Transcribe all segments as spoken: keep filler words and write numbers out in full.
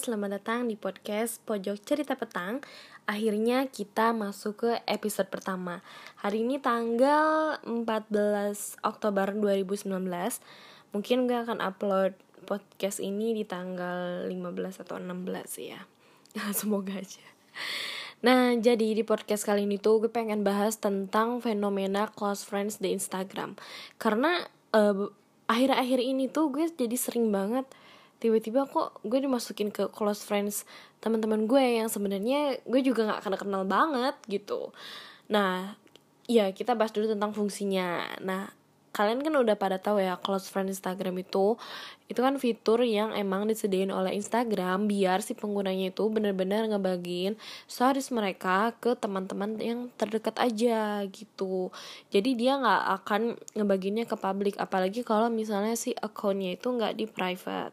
selamat datang di podcast Pojok Cerita Petang. Akhirnya kita masuk ke episode pertama. Hari ini tanggal empat belas Oktober dua ribu sembilan belas. Mungkin gue akan upload podcast ini di tanggal lima belas atau enam belas ya. Semoga aja. Nah, jadi di podcast kali ini tuh gue pengen bahas tentang fenomena close friends di Instagram. Karena uh, akhir-akhir ini tuh gue jadi sering banget tiba-tiba kok gue dimasukin ke close friends teman-teman gue yang sebenarnya gue juga nggak kenal kenal banget gitu. Nah, ya kita bahas dulu tentang fungsinya. Nah, kalian kan udah pada tahu ya close friend Instagram itu itu kan fitur yang emang disediain oleh Instagram biar si penggunanya itu benar-benar ngebagiin stories mereka ke teman-teman yang terdekat aja gitu. Jadi dia nggak akan ngebagiinnya ke publik, apalagi kalau misalnya si akunnya itu nggak di private.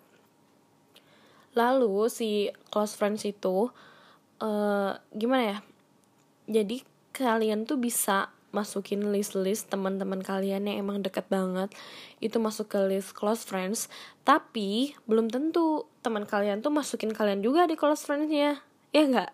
Lalu si close friends itu uh, gimana ya? Jadi kalian tuh bisa masukin list-list teman-teman kalian yang emang deket banget itu masuk ke list close friends, tapi belum tentu teman kalian tuh masukin kalian juga di close friends-nya, ya nggak?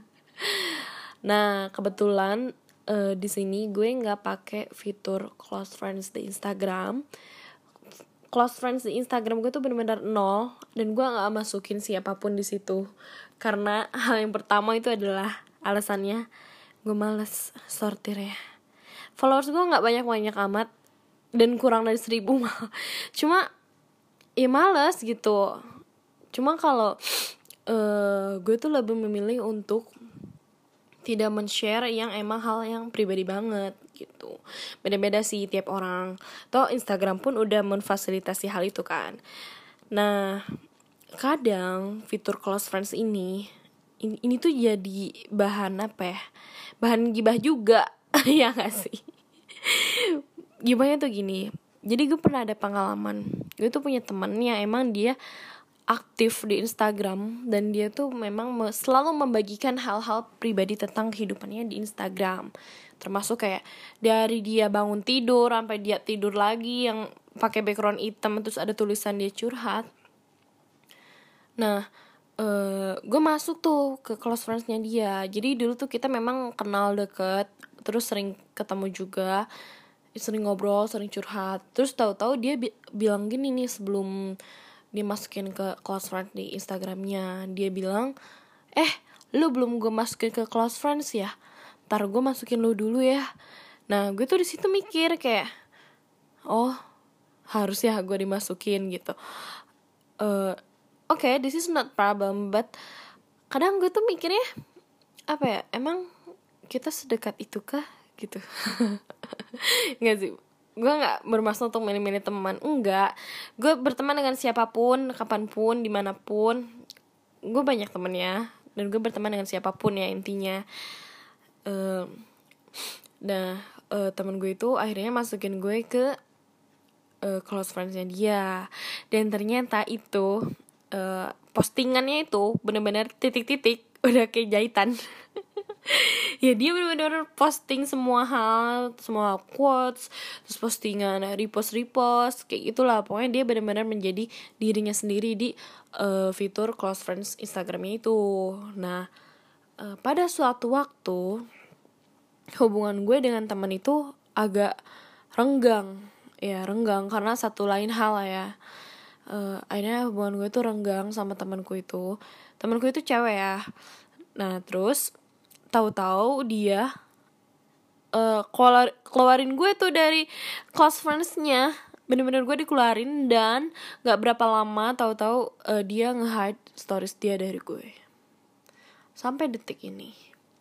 Nah kebetulan uh, di sini gue nggak pakai fitur close friends di Instagram. Close friends di Instagram gue tuh benar-benar nol dan gue nggak masukin siapapun di situ karena hal yang pertama itu adalah alasannya gue males sortir ya. Followers gue nggak banyak-banyak amat dan kurang dari seribu mah. Cuma ya males gitu. Cuma kalau uh, gue tuh lebih memilih untuk tidak men-share yang emang hal yang pribadi banget gitu. Beda-beda sih tiap orang. Toh Instagram pun udah memfasilitasi hal itu kan. Nah, kadang fitur close friends ini ini, ini tuh jadi bahan apa ya? Bahan gibah juga. Ya gak sih? Gibahnya tuh gini. Jadi gue pernah ada pengalaman. Gue tuh punya temen yang emang dia aktif di Instagram dan dia tuh memang me- selalu membagikan hal-hal pribadi tentang kehidupannya di Instagram, termasuk kayak dari dia bangun tidur sampai dia tidur lagi yang pakai background hitam terus ada tulisan dia curhat. Nah, uh, gue masuk tuh ke close friends-nya dia. Jadi dulu tuh kita memang kenal deket, terus sering ketemu juga, sering ngobrol, sering curhat. Terus tahu-tahu dia bi- bilang gini nih sebelum dimasukin ke close friends di Instagramnya, dia bilang, eh lu belum gue masukin ke close friends ya, ntar gue masukin lu dulu ya. Nah gue tuh di situ mikir kayak, oh harus ya gue dimasukin gitu. uh, Oke, okay, this is not problem, but kadang gue tuh mikirnya apa ya, emang kita sedekat itu kah gitu. Nggak sih, gue nggak bermaksud untuk milih-milih teman, enggak. Gue berteman dengan siapapun, kapanpun, dimanapun. Gue banyak temennya dan gue berteman dengan siapapun ya intinya. Uh, nah, uh, temen gue itu akhirnya masukin gue ke uh, close friends-nya dia. Dan ternyata itu uh, postingannya itu benar-benar titik-titik udah kayak jahitan. Ya dia benar-benar posting semua hal, semua quotes, terus postingan repost repost kayak gitulah. Pokoknya dia benar-benar menjadi dirinya sendiri di uh, fitur close friends Instagramnya itu. Nah, uh, pada suatu waktu hubungan gue dengan teman itu agak renggang, ya renggang karena satu lain hal ya. Uh, akhirnya hubungan gue tuh renggang sama temanku itu. Temanku itu cewek ya. Nah terus tahu-tahu dia uh, keluar, keluarin gue tuh dari close friends-nya. Bener-bener gue dikeluarin dan gak berapa lama tahu-tahu uh, dia nge-hide stories dia dari gue. Sampai detik ini.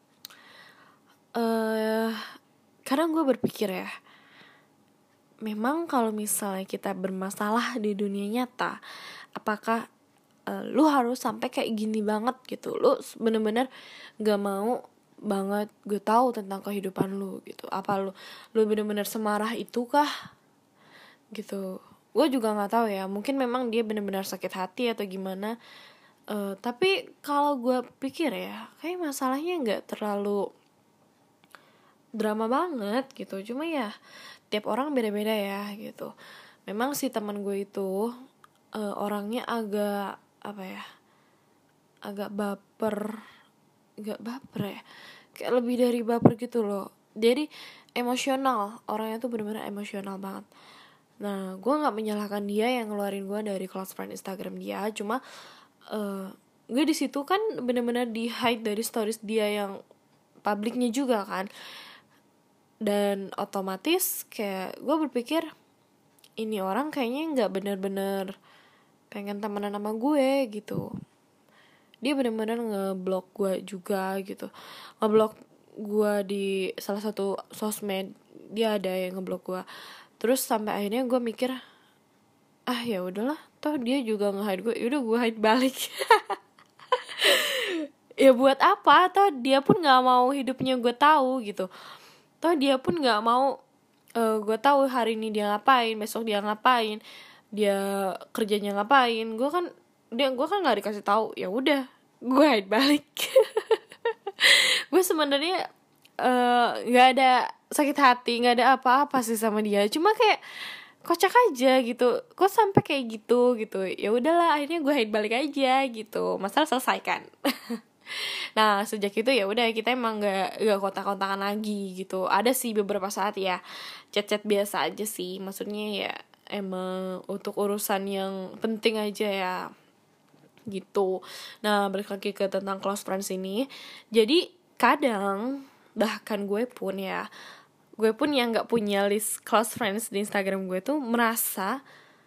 Uh, kadang gue berpikir ya, memang kalau misalnya kita bermasalah di dunia nyata, apakah uh, lu harus sampai kayak gini banget gitu? Lu bener-bener gak mau banget gue tahu tentang kehidupan lu gitu, apa lu lu benar-benar semarah itu kah gitu. Gue juga nggak tahu ya, mungkin memang dia benar-benar sakit hati atau gimana. Uh, tapi kalau gue pikir ya kayak masalahnya nggak terlalu drama banget gitu, cuma ya tiap orang beda-beda ya gitu. Memang si teman gue itu uh, orangnya agak apa ya, agak baper, agak baper ya, kayak lebih dari baper gitu loh. Jadi emosional, orangnya tuh benar-benar emosional banget. Nah, gue nggak menyalahkan dia yang ngeluarin gue dari close friend Instagram dia, cuma uh, gue di situ kan benar-benar di hide dari stories dia yang publiknya juga kan. Dan otomatis kayak gue berpikir ini orang kayaknya nggak benar-benar pengen temenan sama gue gitu. Dia benar-benar ngeblok gue juga gitu, ngeblok gue di salah satu sosmed. Dia ada yang ngeblok gue. Terus sampai akhirnya gue mikir, ah ya udahlah, toh dia juga nge-hide gue, yaudah gue hide balik. Ya buat apa, toh dia pun nggak mau hidupnya gue tahu gitu. Toh dia pun nggak mau uh, gue tahu hari ini dia ngapain, besok dia ngapain, dia kerjanya ngapain. Gue kan dia gue kan nggak dikasih tahu, ya udah gue hide balik. Gue sebenarnya nggak uh, ada sakit hati, nggak ada apa-apa sih sama dia, cuma kayak kocak aja gitu, kok sampai kayak gitu gitu. Ya udahlah, akhirnya gue hide balik aja gitu, masalah selesai kan. Nah sejak itu ya udah, kita emang nggak nggak kontak-kontakan lagi gitu. Ada sih beberapa saat ya chat-chat biasa aja sih, maksudnya ya emang untuk urusan yang penting aja ya gitu. Nah balik lagi ke tentang close friends ini, jadi kadang bahkan gue pun ya gue pun yang nggak punya list close friends di Instagram gue tuh merasa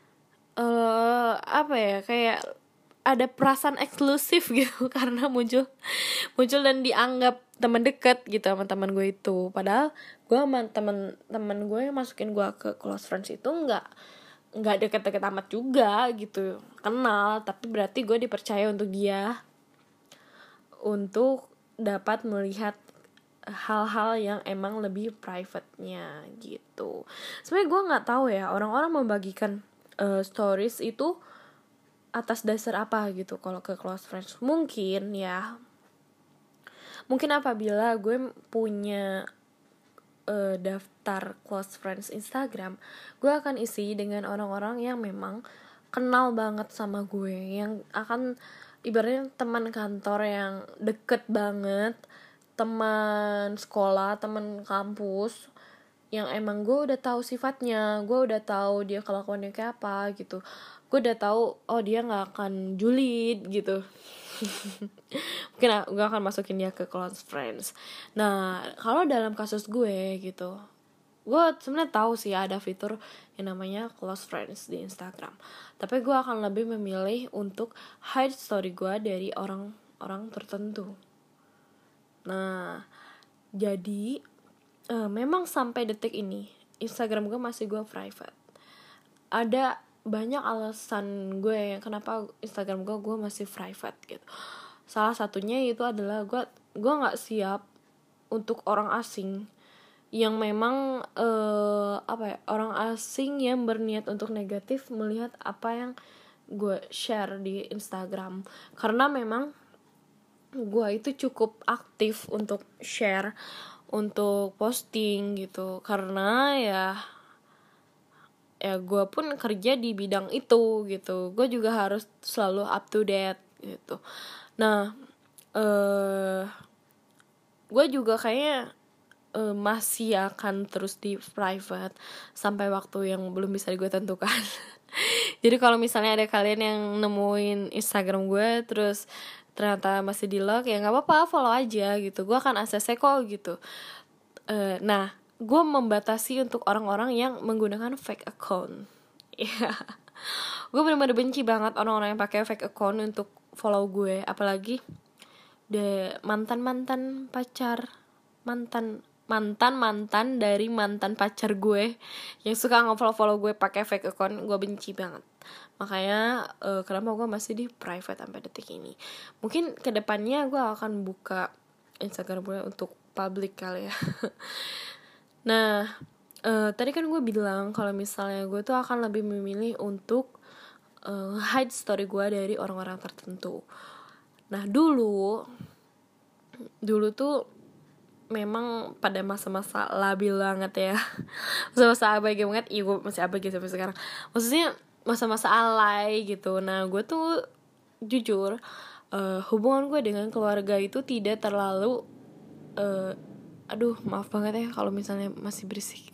uh, apa ya, kayak ada perasaan eksklusif gitu karena muncul muncul dan dianggap teman dekat gitu sama teman gue itu. Padahal gue sama teman-teman gue yang masukin gue ke close friends itu nggak nggak deket-deket amat juga gitu, kenal, tapi berarti gue dipercaya untuk dia untuk dapat melihat hal-hal yang emang lebih private-nya gitu. Sebenarnya gue nggak tahu ya orang-orang membagikan uh, stories itu atas dasar apa gitu kalau ke close friends. Mungkin ya, mungkin apabila gue punya uh, daftar close friends Instagram, gue akan isi dengan orang-orang yang memang kenal banget sama gue, yang akan ibaratnya teman kantor yang deket banget, teman sekolah, teman kampus, yang emang gue udah tahu sifatnya, gue udah tahu dia kelakuannya kayak apa gitu. Gue udah tahu, oh dia nggak akan julid gitu. Mungkin gue akan masukin dia ke close friends. Nah kalau dalam kasus gue gitu, gue sebenarnya tahu sih ada fitur yang namanya close friends di Instagram, tapi gue akan lebih memilih untuk hide story gue dari orang-orang tertentu. Nah jadi uh, memang sampai detik ini Instagram gue masih gue private. Ada banyak alasan gue yang kenapa Instagram gue gue masih private gitu. Salah satunya itu adalah gue gue nggak siap untuk orang asing yang memang uh, apa ya, orang asing yang berniat untuk negatif melihat apa yang gue share di Instagram. Karena memang gue itu cukup aktif untuk share, untuk posting gitu, karena ya ya gue pun kerja di bidang itu gitu, gue juga harus selalu up to date gitu. Nah uh, gue juga kayaknya uh, masih akan terus di private sampai waktu yang belum bisa gue tentukan. Jadi kalau misalnya ada kalian yang nemuin Instagram gue terus ternyata masih di lock, ya nggak apa-apa, follow aja gitu, gue akan A C C kok gitu. Uh, nah gue membatasi untuk orang-orang yang menggunakan fake account. Ya, gue benar-benar benci banget orang-orang yang pakai fake account untuk follow gue, apalagi de mantan-mantan pacar, mantan mantan mantan dari mantan pacar gue yang suka nge-follow-follow gue pakai fake account. Gue benci banget. Makanya uh, kenapa gue masih di private sampai detik ini. Mungkin kedepannya gue akan buka Instagram gue untuk public kali ya. Nah uh, tadi kan gue bilang kalau misalnya gue tuh akan lebih memilih untuk uh, hide story gue dari orang-orang tertentu. Nah dulu dulu tuh memang pada masa-masa labil banget ya, masa-masa abg banget. Iya gue masih abg sampai sekarang, maksudnya masa-masa alay gitu. Nah gue tuh jujur uh, hubungan gue dengan keluarga itu tidak terlalu uh, aduh maaf banget ya kalau misalnya masih berisik.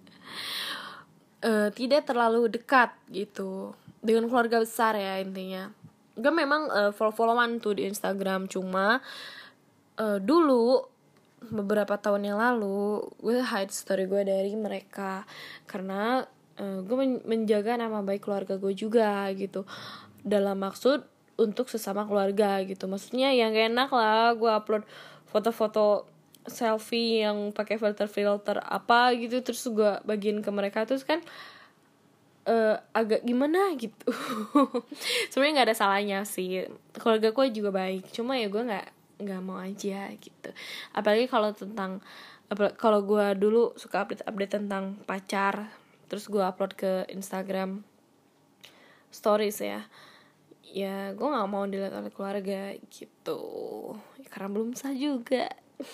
uh, tidak terlalu dekat gitu dengan keluarga besar ya intinya. Gue memang uh, follow-followan tuh di Instagram, cuma uh, dulu beberapa tahun yang lalu gue hide story gue dari mereka karena uh, gue men- menjaga nama baik keluarga gue juga gitu, dalam maksud untuk sesama keluarga gitu. Maksudnya yang gak enak lah gue upload foto-foto selfie yang pakai filter-filter apa gitu terus gue bagiin ke mereka, terus kan uh, agak gimana gitu. Sebenarnya nggak ada salahnya sih, keluarga gue juga baik, cuma ya gue nggak nggak mau aja gitu. Apalagi kalau tentang kalau gue dulu suka update update tentang pacar terus gue upload ke Instagram stories ya ya gue nggak mau dilihat oleh keluarga gitu karena belum sah juga.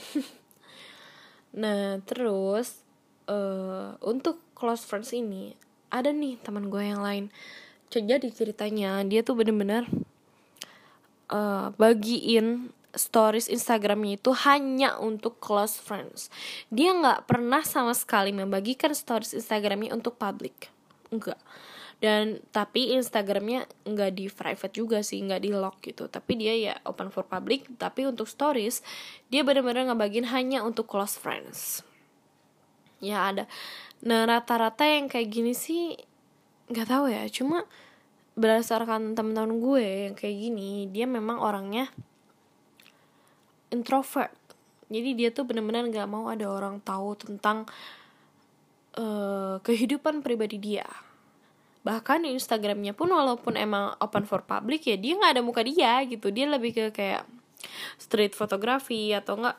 Nah terus uh, untuk close friends ini ada nih teman gue yang lain. Jadi ceritanya dia tuh bener-bener uh, bagiin stories Instagramnya itu hanya untuk close friends. Dia nggak pernah sama sekali membagikan stories Instagramnya untuk public, enggak. Dan tapi Instagramnya nggak di private juga sih, nggak di lock gitu. Tapi dia ya open for public. Tapi untuk stories dia benar-benar ngebagiin hanya untuk close friends. Ya ada. Nah rata-rata yang kayak gini sih nggak tahu ya. Cuma berdasarkan teman-teman gue yang kayak gini, dia memang orangnya introvert. Jadi dia tuh benar-benar nggak mau ada orang tahu tentang uh, kehidupan pribadi dia. Bahkan di Instagramnya pun walaupun emang open for public ya dia nggak ada muka dia gitu. Dia lebih ke kayak street photography atau enggak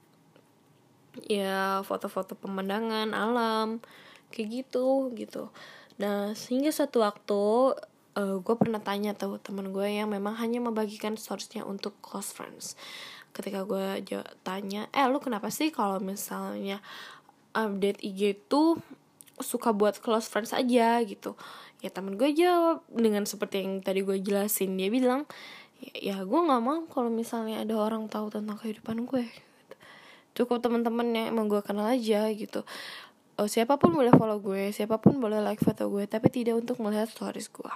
ya foto-foto pemandangan alam kayak gitu gitu. Nah sehingga satu waktu uh, gue pernah tanya tuh teman gue yang memang hanya membagikan storiesnya untuk close friends. Ketika gue j- tanya, eh lu kenapa sih kalau misalnya update I G tuh suka buat close friends aja gitu? Ya temen gue jawab dengan seperti yang tadi gue jelasin. Dia bilang, ya, ya gue nggak mau kalau misalnya ada orang tahu tentang kehidupan gue. Cukup teman-teman yang emang gue kenal aja gitu. Oh, siapapun boleh follow gue, siapapun boleh like foto gue, tapi tidak untuk melihat stories gue.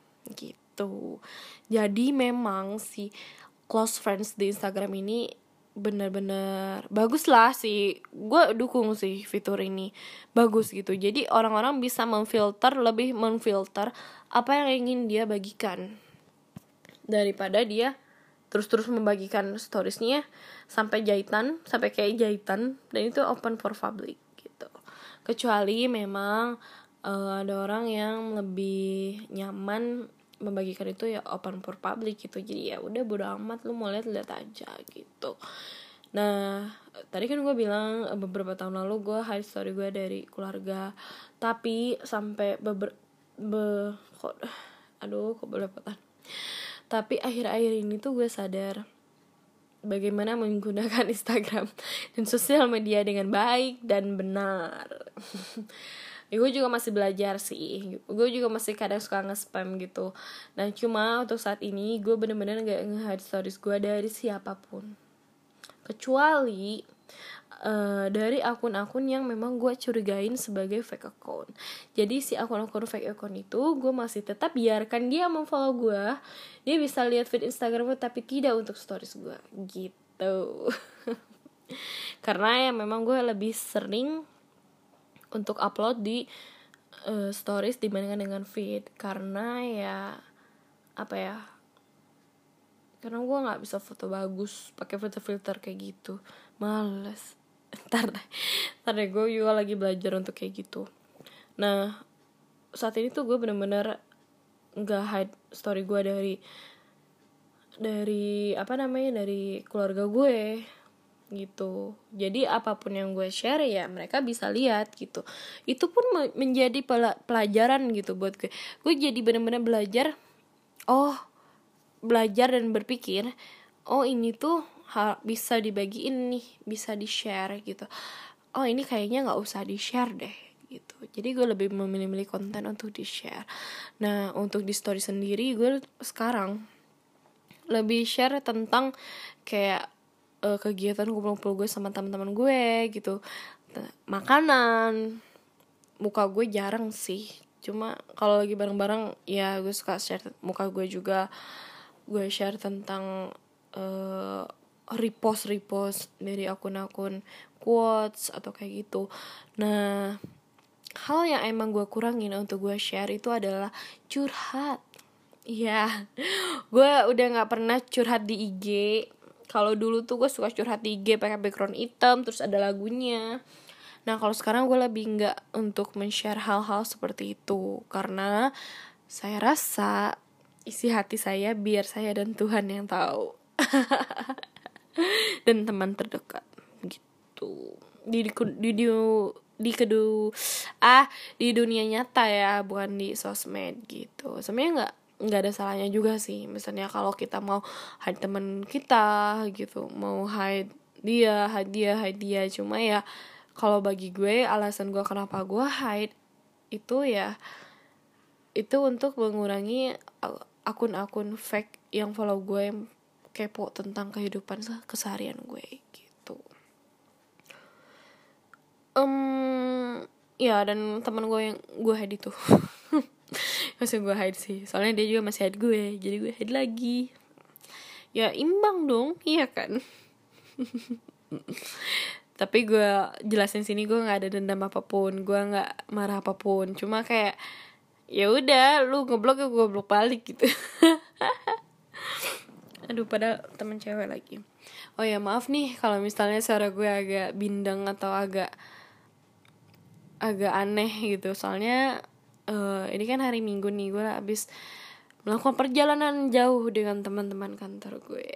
Gitu. Jadi memang si close friends di Instagram ini benar-benar bagus lah sih. Gue dukung sih fitur ini, bagus gitu. Jadi orang-orang bisa memfilter, lebih memfilter apa yang ingin dia bagikan daripada dia terus-terus membagikan storiesnya sampai jahitan, sampai kayak jahitan, dan itu open for public gitu. Kecuali memang uh, ada orang yang lebih nyaman membagikan itu ya open for public gitu. Jadi ya udah bodo amat, lu mau lihat lihat aja gitu. Nah tadi kan gue bilang beberapa tahun lalu gue hide story gue dari keluarga, tapi sampai beber be kok aduh kok belepotan. Tapi akhir-akhir ini tuh gue sadar bagaimana menggunakan Instagram dan sosial media dengan baik dan benar. Ya, gue juga masih belajar sih. Gue juga masih kadang suka nge-spam gitu. Nah cuma untuk saat ini gue bener-bener gak nge-hide stories gue dari siapapun, kecuali uh, dari akun-akun yang memang gue curigain sebagai fake account. Jadi si akun-akun fake account itu gue masih tetap biarkan dia memfollow gue. Dia bisa lihat feed Instagram gue tapi tidak untuk stories gue gitu. Karena ya memang gue lebih sering untuk upload di uh, stories dibandingkan dengan feed. Karena ya apa ya, karena gue nggak bisa foto bagus pakai filter-filter kayak gitu, males. Ntar ntar deh, gue juga lagi belajar untuk kayak gitu. Nah saat ini tuh gue bener-bener nggak hide story gue dari dari apa namanya dari keluarga gue gitu. Jadi apapun yang gue share ya mereka bisa lihat gitu. Itu pun menjadi pelajaran gitu buat gue. Gue jadi benar-benar belajar. Oh, belajar dan berpikir, oh ini tuh hal bisa dibagiin nih, bisa di-share gitu. Oh ini kayaknya nggak usah di-share deh gitu. Jadi gue lebih memilih-milih konten untuk di-share. Nah untuk di story sendiri gue sekarang lebih share tentang kayak uh, kegiatan kumpul-kumpul gue sama teman-teman gue gitu, makanan. Muka gue jarang sih, cuma kalau lagi bareng-bareng ya gue suka share muka gue juga. Gue share tentang uh, repost repost dari akun-akun quotes atau kayak gitu. Nah, hal yang emang gue kurangin untuk gue share itu adalah curhat. Iya, gue udah nggak pernah curhat di I G. Kalau dulu tuh gue suka curhat di I G pakai background hitam terus ada lagunya. Nah, kalau sekarang gue lebih nggak untuk men-share hal-hal seperti itu, karena saya rasa isi hati saya biar saya dan Tuhan yang tahu. Dan teman terdekat gitu. Di di di, di, di kedua ah di dunia nyata ya, bukan di sosmed gitu. Sebenarnya nggak nggak ada salahnya juga sih. Misalnya kalau kita mau hide teman kita gitu, mau hide dia, hide dia, hide dia. Cuma ya kalau bagi gue, alasan gue kenapa gue hide itu ya itu untuk mengurangi akun-akun fake yang follow gue, yang kepo tentang kehidupan keseharian gue gitu. Um, ya dan teman gue yang gue hide itu masih gue hide sih, soalnya dia juga masih hide gue, jadi gue hide lagi. Ya imbang dong, iya kan? Tapi gue jelasin sini gue nggak ada dendam apapun, gue nggak marah apapun, cuma kayak ya udah lu ngeblok ya gue blok balik gitu. Aduh, pada temen cewek lagi. Oh ya maaf nih kalau misalnya suara gue agak bindeng atau agak agak aneh gitu, soalnya uh, ini kan hari Minggu nih, gue habis melakukan perjalanan jauh dengan teman-teman kantor gue.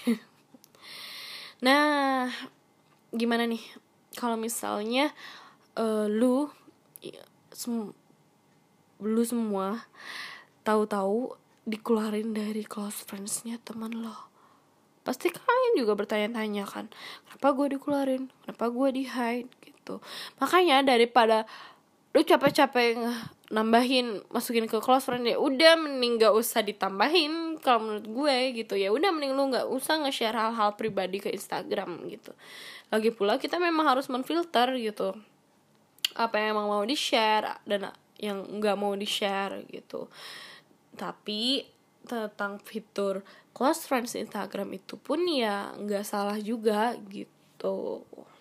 Nah, gimana nih kalau misalnya uh, lu sem- lu semua tahu-tahu dikeluarin dari close friends-nya teman lo, pasti kalian juga bertanya-tanya kan, kenapa gue dikeluarin, kenapa gue di hide gitu. Makanya daripada lu capek-capek nambahin masukin ke close friend, ya udah mending gak usah ditambahin kalau menurut gue gitu. Ya udah mending lu gak usah nge-share hal-hal pribadi ke Instagram gitu. Lagi pula kita memang harus menfilter gitu apa yang emang mau di-share dan yang gak mau di-share gitu. Tapi tentang fitur close friends Instagram itu pun ya gak salah juga gitu.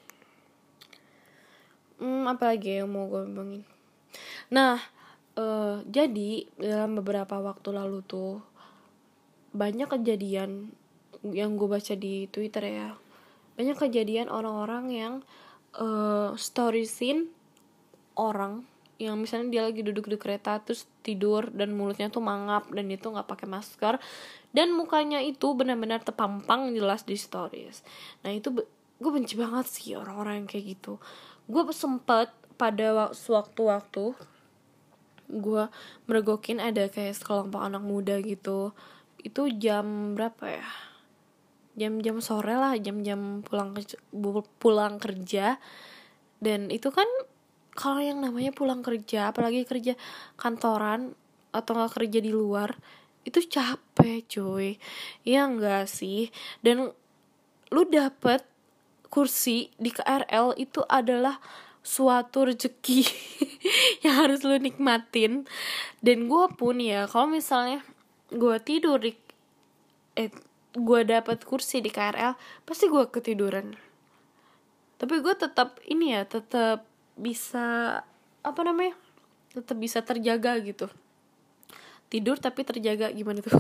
Hmm, apa lagi yang mau gue ngomongin? Nah, uh, jadi dalam beberapa waktu lalu tuh banyak kejadian yang gue baca di Twitter ya. Banyak kejadian orang-orang yang uh, storiesin orang yang misalnya dia lagi duduk di kereta terus tidur dan mulutnya tuh mangap dan itu nggak pakai masker dan mukanya itu benar-benar terpampang jelas di stories. Nah itu be- gue benci banget sih orang-orang yang kayak gitu. Gue sempet pada waktu-waktu gue mergokin ada kayak sekelompok anak muda gitu. Itu jam berapa ya? Jam-jam sore lah, jam-jam pulang kerja, pulang kerja. Dan itu kan kalau yang namanya pulang kerja, apalagi kerja kantoran atau nggak kerja di luar, itu capek cuy. Ya enggak sih? Dan lu dapet kursi di K R L itu adalah suatu rezeki yang harus lu nikmatin. Dan gue pun ya kalau misalnya gue tidur di eh gue dapet kursi di K R L, pasti gue ketiduran. Tapi gue tetap ini ya, tetap bisa apa namanya, tetap bisa terjaga gitu. Tidur tapi terjaga, gimana tuh?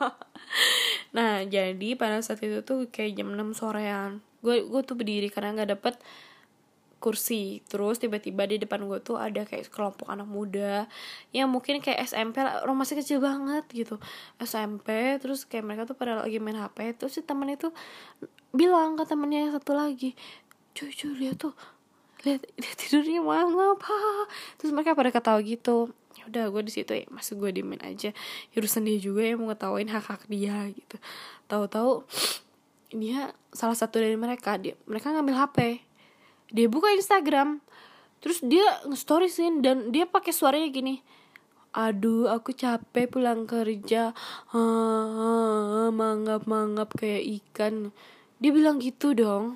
Nah jadi pada saat itu tuh kayak jam enam sorean, gue gue tuh berdiri karena nggak dapet kursi. Terus tiba-tiba di depan gue tuh ada kayak kelompok anak muda yang mungkin kayak S M P, orang masih kecil banget gitu, S M P. Terus kayak mereka tuh pada lagi main H P. Terus si teman itu bilang ke temennya yang satu lagi, cuy cuy lihat tuh, lihat dia tidurnya mangap. Terus mereka pada ketawa gitu. Ya udah gue di situ ya masih gue diemin aja, ya urusan dia juga yang mau ngetawain hak hak dia gitu. Tahu-tahu dia salah satu dari mereka, dia mereka ngambil H P, dia buka Instagram, terus dia nge-storiesin dan dia pakai suaranya gini, aduh aku capek pulang kerja, ah, mangap-mangap kayak ikan. Dia bilang gitu dong.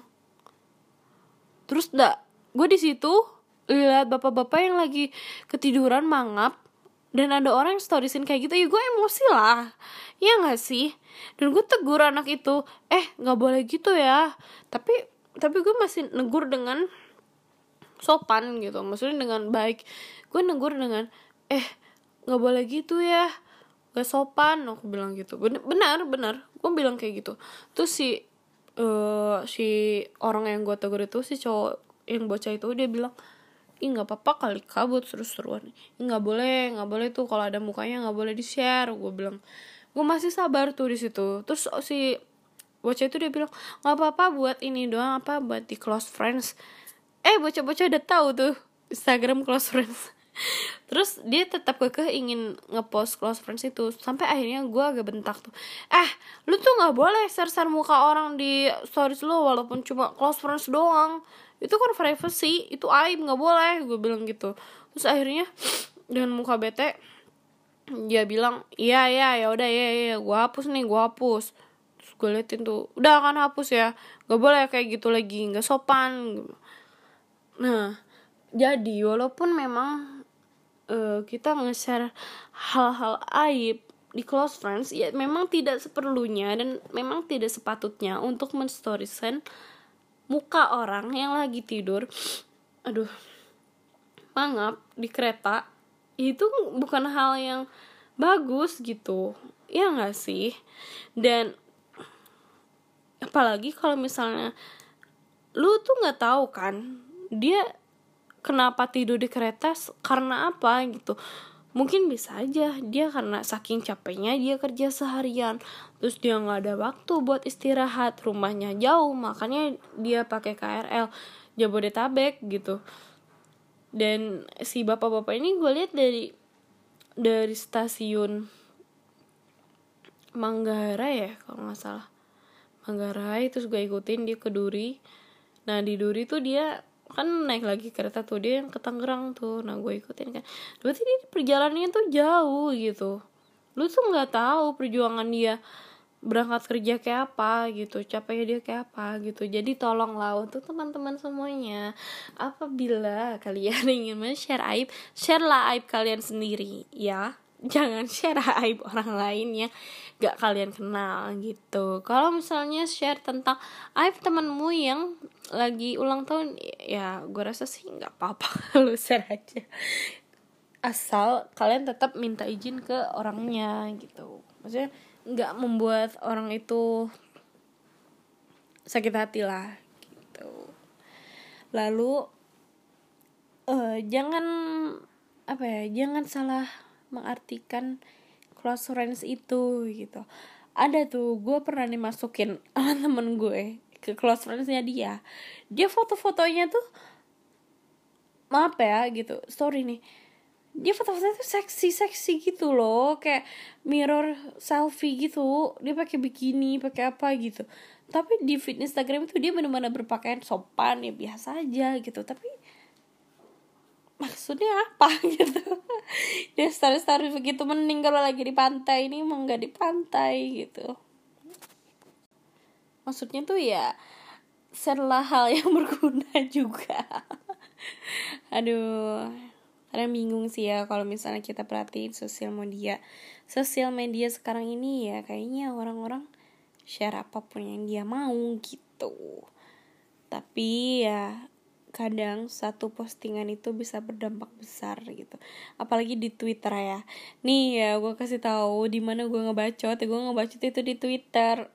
Terus dah gue di situ lihat bapak-bapak yang lagi ketiduran mangap, dan ada orang yang storiesin kayak gitu, ya gue emosi lah, ya nggak sih? Dan gue tegur anak itu, eh nggak boleh gitu ya. Tapi tapi gue masih negur dengan sopan gitu, maksudnya dengan baik. Gue negur dengan, eh nggak boleh gitu ya, gak sopan, aku bilang gitu. Bener benar benar gue bilang kayak gitu. Terus si uh, si orang yang gue tegur itu, si cowok yang bocah itu, dia bilang, ih nggak apa-apa kali kabut seru-seruan, nggak boleh nggak boleh tuh kalau ada mukanya nggak boleh di share. Gue bilang, gue masih sabar tuh di situ. Terus si bocah itu dia bilang, nggak apa-apa buat ini doang, apa buat di close friends. Eh bocah-bocah udah tahu tuh Instagram close friends. Terus dia tetap kekeh ingin ngepost close friends itu, sampai akhirnya gue agak bentak tuh, eh lu tuh nggak boleh share-share muka orang di stories lu walaupun cuma close friends doang, itu kan privacy, itu aib, nggak boleh, gue bilang gitu. Terus akhirnya dengan muka bete dia bilang, iya iya ya udah ya ya gue hapus nih, gue hapus. Terus gue liatin tuh, udah kan hapus ya, nggak boleh kayak gitu lagi, nggak sopan. Nah jadi walaupun memang Uh, kita nge-share hal-hal aib di close friends, ya memang tidak seperlunya dan memang tidak sepatutnya untuk menstorieskan muka orang yang lagi tidur, aduh, mangap di kereta. Itu bukan hal yang bagus gitu, ya nggak sih? Dan apalagi kalau misalnya lu tuh nggak tahu kan dia kenapa tidur di kereta, karena apa gitu. Mungkin bisa aja dia karena saking capeknya dia kerja seharian, terus dia nggak ada waktu buat istirahat, rumahnya jauh, makanya dia pakai K R L Jabodetabek gitu. Dan si bapak-bapak ini gue lihat dari dari stasiun Manggarai ya kalau nggak salah, Manggarai, terus gue ikutin dia ke Duri. Nah di Duri tuh dia kan naik lagi kereta tuh, dia yang ke Tangerang tuh. Nah gue ikutin kan, berarti dia perjalanannya tuh jauh gitu. Lu tuh nggak tahu perjuangan dia berangkat kerja kayak apa gitu, capeknya dia kayak apa gitu. Jadi tolonglah untuk teman-teman semuanya, apabila kalian ingin men-share aib, share lah aib kalian sendiri ya, jangan share aib orang lain yang gak kalian kenal gitu. Kalau misalnya share tentang aib temanmu yang lagi ulang tahun, ya gue rasa sih nggak apa-apa lu share aja, asal kalian tetap minta izin ke orangnya gitu. Maksudnya nggak membuat orang itu sakit hati lah gitu. Lalu uh, jangan apa ya, jangan salah mengartikan close friends itu gitu. Ada tuh gue pernah dimasukin sama temen gue ke close friendsnya dia. Dia foto-fotonya tuh, maaf ya gitu, story nih, dia foto-fotonya tuh seksi-seksi gitu loh, kayak mirror selfie gitu. Dia pakai bikini, pakai apa gitu. Tapi di feed Instagram itu dia benar-benar berpakaian sopan ya, biasa aja gitu. Tapi maksudnya apa gitu. Dia story-story begitu, mending kalau lagi di pantai, ini emang gak di pantai gitu. Maksudnya tuh ya share lah hal yang berguna juga. Aduh, kadang bingung sih ya kalau misalnya kita perhatiin sosial media. Sosial media sekarang ini ya kayaknya orang-orang share apapun yang dia mau gitu. Tapi ya kadang satu postingan itu bisa berdampak besar gitu. Apalagi di Twitter ya. Nih ya gue kasih tahu di mana gue ngebacot. Gue ngebacot itu di Twitter.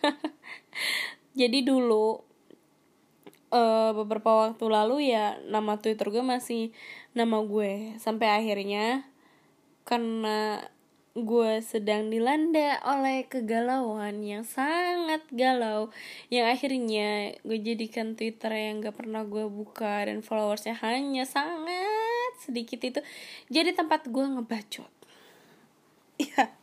Jadi dulu uh, beberapa waktu lalu ya nama Twitter gue masih nama gue. Sampai akhirnya karena gue sedang dilanda oleh kegalauan yang sangat galau, yang akhirnya gue jadikan Twitter yang gak pernah gue buka dan followersnya hanya sangat sedikit itu jadi tempat gue ngebacot. Iya,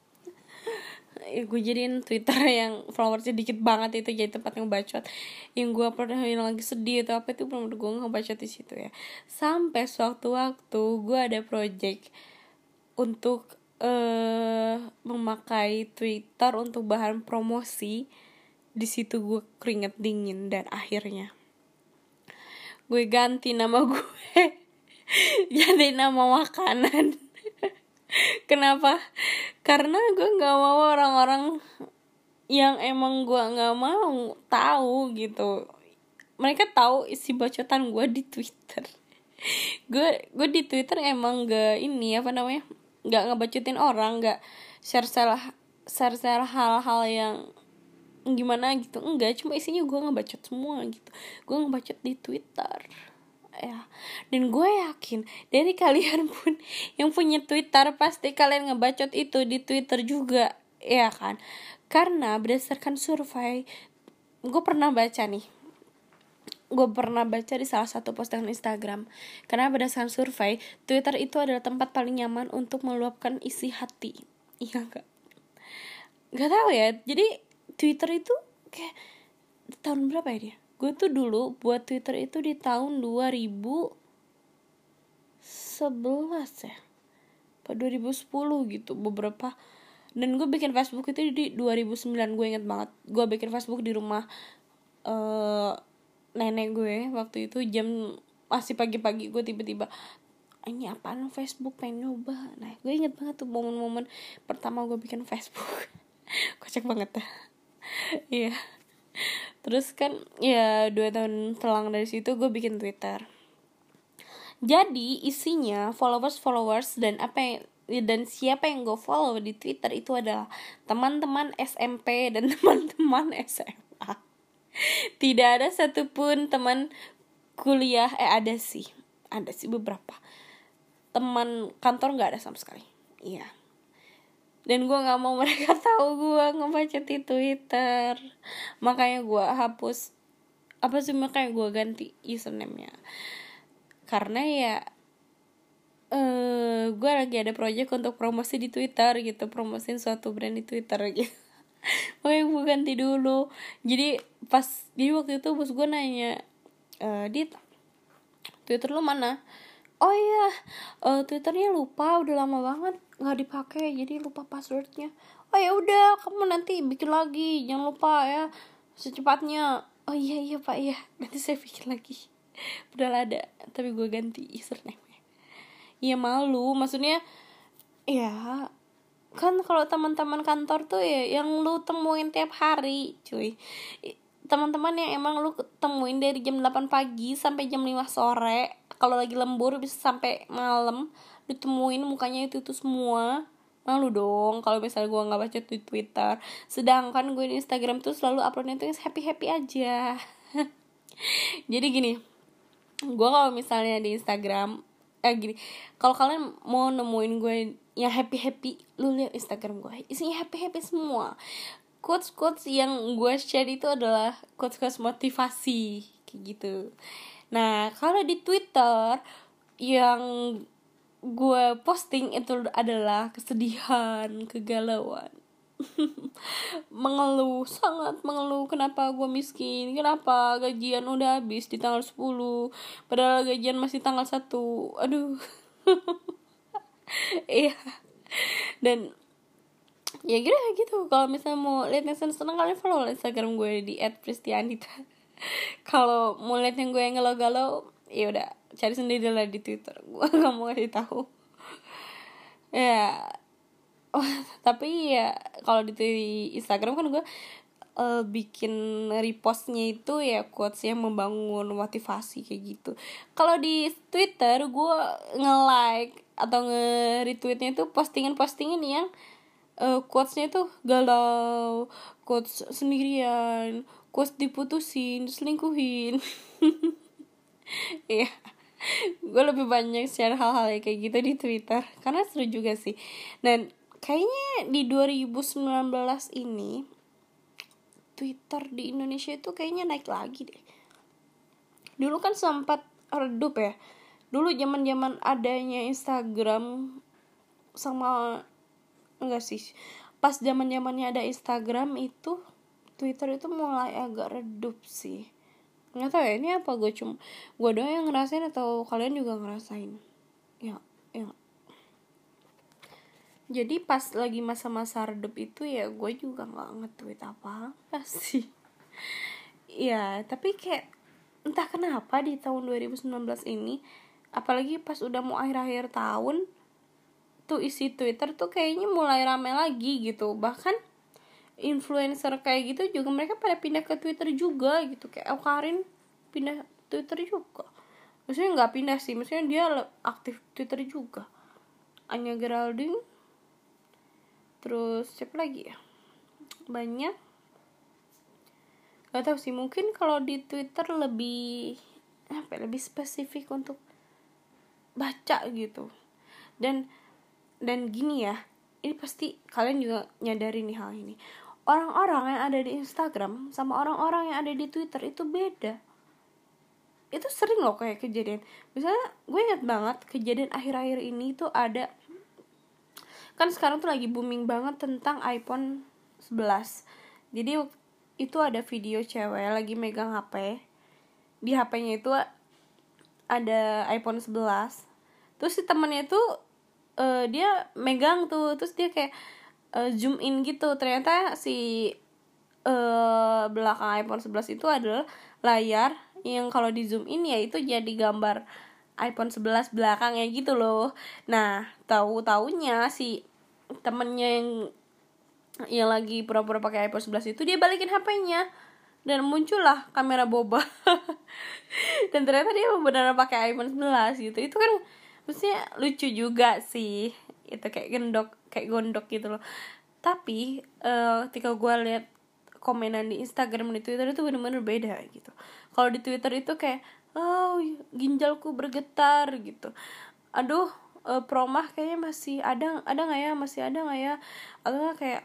gue jadiin Twitter yang followersnya dikit banget itu jadi tempat ngebacot. Yang gue pernah yang lagi sedih atau apa itu belum gue ngebacot di situ ya. Sampai suatu waktu gue ada project untuk uh, memakai Twitter untuk bahan promosi. Di situ gue keringet dingin dan akhirnya gue ganti nama gue jadi nama makanan. Kenapa? Karena gue nggak mau orang-orang yang emang gue nggak mau tahu gitu. Mereka tahu isi bacotan gue di Twitter. gue gue di Twitter emang gak ini apa namanya, nggak ngebacotin orang, nggak share share share share hal-hal yang gimana gitu, enggak, cuma isinya gue ngebacot semua gitu. Gue ngebacot di Twitter ya, dan gue yakin dari kalian pun yang punya Twitter pasti kalian ngebacot itu di Twitter juga, ya kan? Karena berdasarkan survei, gue pernah baca nih, gue pernah baca di salah satu postingan Instagram, karena berdasarkan survei Twitter itu adalah tempat paling nyaman untuk meluapkan isi hati. Iya gak? Gak tahu ya. Jadi Twitter itu kayak tahun berapa ya dia? Gue tuh dulu buat Twitter itu di tahun dua ribu sebelas ya, apa dua ribu sepuluh gitu beberapa. Dan gue bikin Facebook itu di dua ribu sembilan, gue inget banget. Gue bikin Facebook di rumah uh, nenek gue waktu itu, jam masih pagi-pagi. Gue tiba-tiba, ini apaan Facebook, pengen nyoba. Nah gue inget banget tuh momen-momen pertama gue bikin Facebook. Kocak banget dah. Iya. Terus kan ya dua tahun selang dari situ gue bikin Twitter. Jadi isinya followers-followers dan apa yang, dan siapa yang gue follow di Twitter itu adalah teman-teman S M P dan teman-teman S M A. Tidak ada satupun teman kuliah. Eh ada sih, ada sih beberapa. Teman kantor nggak ada sama sekali. Iya. Dan gue nggak mau mereka tahu gue ngebacot di Twitter. Makanya gue hapus, apa sih, makanya gue ganti username-nya. Karena ya uh, gue lagi ada project untuk promosi di Twitter gitu, promosiin suatu brand di Twitter gitu. Makanya gue ganti dulu. Jadi pas, jadi waktu itu bos gue nanya, e, Dit, Twitter lu mana? Oh iya, uh, Twitternya lupa, udah lama banget nggak dipakai, jadi lupa passwordnya. Oh ya udah, kamu nanti bikin lagi, jangan lupa ya, secepatnya. Oh iya iya pak, iya nanti saya bikin lagi. Padahal ada, tapi gue ganti username-nya. Ya malu, maksudnya ya kan kalau teman-teman kantor tuh ya yang lu temuin tiap hari, cuy. Teman-teman yang emang lu temuin dari jam delapan pagi sampai jam lima sore. Kalau lagi lembur bisa sampai malam ditemuin mukanya itu tuh semua. Malu dong kalau misalnya gue nggak baca di Twitter. Sedangkan gue di Instagram tuh selalu uploadnya tuh happy happy aja. Jadi gini, gue kalau misalnya di Instagram, eh gini, kalau kalian mau nemuin gue yang happy happy, lu lihat Instagram gue, isinya happy happy semua. Quotes quotes yang gue share itu adalah quotes quotes motivasi kayak gitu. Nah, kalau di Twitter yang gue posting itu adalah kesedihan, kegalauan, mengeluh, sangat mengeluh. Kenapa gue miskin? Kenapa gajian udah habis di tanggal sepuluh, padahal gajian masih tanggal satu. Aduh. Iya. Dan ya gitu gitu. Kalau misalnya mau lihat yang seneng-seneng, kalian follow Instagram gue di et pristianita. Kalau mau lihat yang gue yang galau-galau, ya udah cari sendiri lah di Twitter. Gue nggak mau kasih tahu. Ya, oh, tapi ya kalau di Instagram kan gue uh, bikin repostnya itu ya quotes yang membangun motivasi kayak gitu. Kalau di Twitter gue nge-like atau nge-retweetnya itu postingan-postingan yang uh, quotesnya itu galau, quotes sendirian, quotes diputusin, diselingkuhin. Iya. Gue lebih banyak share hal-hal kayak gitu di Twitter karena seru juga sih. Dan kayaknya di dua ribu sembilan belas ini Twitter di Indonesia itu kayaknya naik lagi deh. Dulu kan sempat redup ya. Dulu zaman-zaman adanya Instagram sama, enggak sih, pas zaman-zamannya ada Instagram itu Twitter itu mulai agak redup sih. Nggak tahu ya, ini apa gue cuma gue doang yang ngerasain atau kalian juga ngerasain? Ya, ya. Jadi pas lagi masa-masa redup itu ya gue juga nggak nge-tweet apa-apa sih. Ya tapi kayak entah kenapa di tahun dua ribu sembilan belas ini, apalagi pas udah mau akhir-akhir tahun tuh, isi Twitter tuh kayaknya mulai rame lagi gitu. Bahkan influencer kayak gitu juga mereka pada pindah ke Twitter juga gitu. Kayak Awkarin pindah Twitter juga. Maksudnya nggak pindah sih, maksudnya dia aktif Twitter juga. Anya Geraldine, terus siapa lagi ya, banyak. Gak tau sih, mungkin kalau di Twitter lebih apa ya, lebih spesifik untuk baca gitu. Dan dan gini ya, ini pasti kalian juga nyadari nih hal ini. Orang-orang yang ada di Instagram sama orang-orang yang ada di Twitter itu beda. Itu sering loh kayak kejadian. Misalnya gue ingat banget kejadian akhir-akhir ini tuh ada, kan sekarang tuh lagi booming banget tentang iPhone sebelas. Jadi itu ada video cewek lagi megang H P. Di H P-nya itu ada iPhone sebelas. Terus si temennya itu uh, dia megang tuh, terus dia kayak uh, zoom in gitu. Ternyata si uh, belakang iPhone sebelas itu adalah layar yang kalau di zoom in ya itu jadi gambar iPhone sebelas belakangnya gitu loh. Nah, tahu-taunya si temennya yang yang lagi pura-pura pakai iPhone sebelas itu dia balikin H P-nya dan muncullah kamera boba. Dan ternyata dia benar-benar pakai iPhone sebelas gitu. Itu kan maksudnya lucu juga sih. Itu kayak gendok, kayak gondok gitu loh. Tapi uh, ketika gue lihat komenan di Instagram, di Twitter itu benar-benar beda gitu. Kalau di Twitter itu kayak, oh ginjalku bergetar gitu. Aduh, uh, promah kayaknya masih ada, ada nggak ya, masih ada nggak ya? Atau kayak,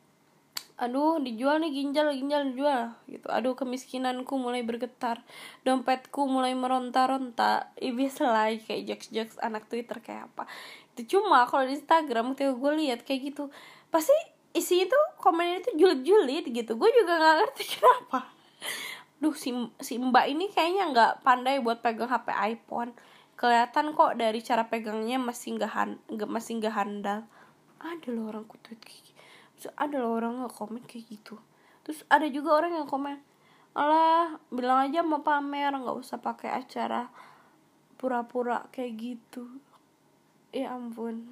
aduh dijual nih ginjal, ginjal dijual gitu. Aduh kemiskinanku mulai bergetar, dompetku mulai meronta-ronta. Biasa lah kayak jokes-jokes anak Twitter kayak apa. Itu cuma kalau di Instagram ketika gue lihat kayak gitu, pasti isi itu komennya itu julid-julid gitu. Gue juga nggak ngerti kenapa. Duh si si mbak ini kayaknya nggak pandai buat pegang H P iPhone. Kelihatan kok dari cara pegangnya masih nggak han, masih nggak handal. Ada loh orang kutweet kayak gitu. Terus ada loh orang nge-komen kayak gitu. Terus ada juga orang yang komen, alah bilang aja mau pamer, nggak usah pakai acara pura-pura kayak gitu. Ya ampun.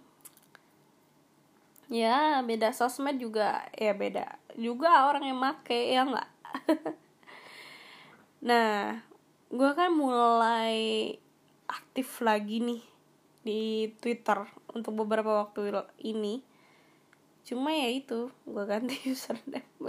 Ya beda sosmed juga, ya beda juga orang yang make, ya nggak. Nah gue kan mulai aktif lagi nih di Twitter untuk beberapa waktu ini. Cuma ya itu, gue ganti username.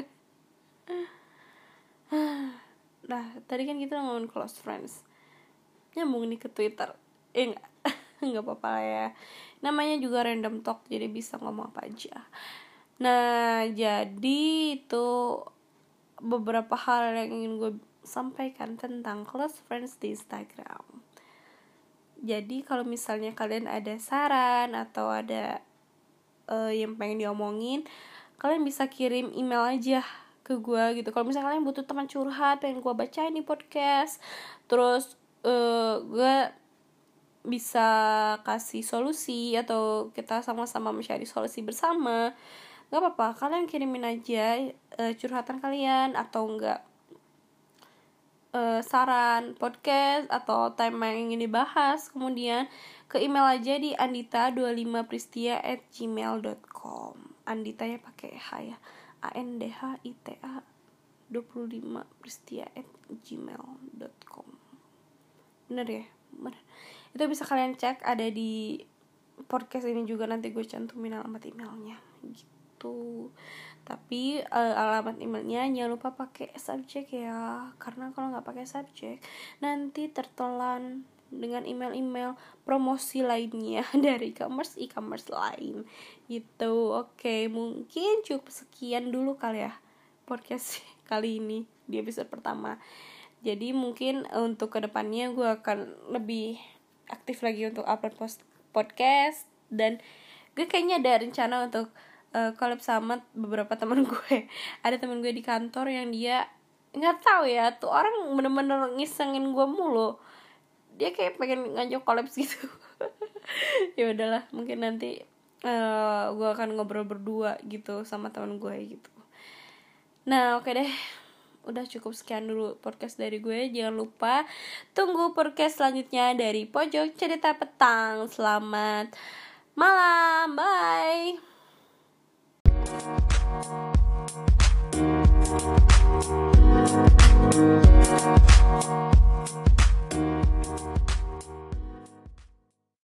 Nah tadi kan kita ngomongin close friends, nyambung nih ke Twitter. Eh enggak, enggak apa-apa lah ya. Namanya juga random talk, jadi bisa ngomong apa aja. Nah jadi itu beberapa hal yang ingin gue sampaikan tentang close friends di Instagram. Jadi kalau misalnya kalian ada saran atau ada uh, yang pengen diomongin, kalian bisa kirim email aja ke gue gitu. Kalau misalnya kalian butuh teman curhat pengen gue bacain di podcast, terus uh, gue bisa kasih solusi atau kita sama-sama mencari solusi bersama, gak apa-apa, kalian kirimin aja uh, curhatan kalian atau enggak uh, saran podcast atau tema yang ingin dibahas, kemudian ke email aja di andita dua puluh lima pristia at gmail dot com. Andita ya pakai H ya, A N D H I T A dua puluh lima pristia at gmail dot com. Bener ya? Bener. Itu bisa kalian cek, ada di podcast ini juga, nanti gue cantumin alamat emailnya gitu. Tapi uh, alamat emailnya jangan lupa pakai subjek ya, karena kalau nggak pakai subjek nanti tertelan dengan email-email promosi lainnya dari e-commerce e-commerce lain gitu. Oke, mungkin cukup sekian dulu kali ya podcast kali ini di episode pertama. Jadi mungkin untuk kedepannya gue akan lebih aktif lagi untuk upload post podcast, dan gue kayaknya ada rencana untuk uh, collab sama beberapa teman gue. Ada teman gue di kantor yang dia nggak tahu ya, tuh orang bener-bener ngisengin gue mulu. Dia kayak pengen ngajak collab gitu. Ya udahlah, mungkin nanti uh, gue akan ngobrol berdua gitu sama teman gue gitu. Nah oke okay deh, udah cukup sekian dulu podcast dari gue. Jangan lupa tunggu podcast selanjutnya dari Pojok Cerita Petang. Selamat malam, bye.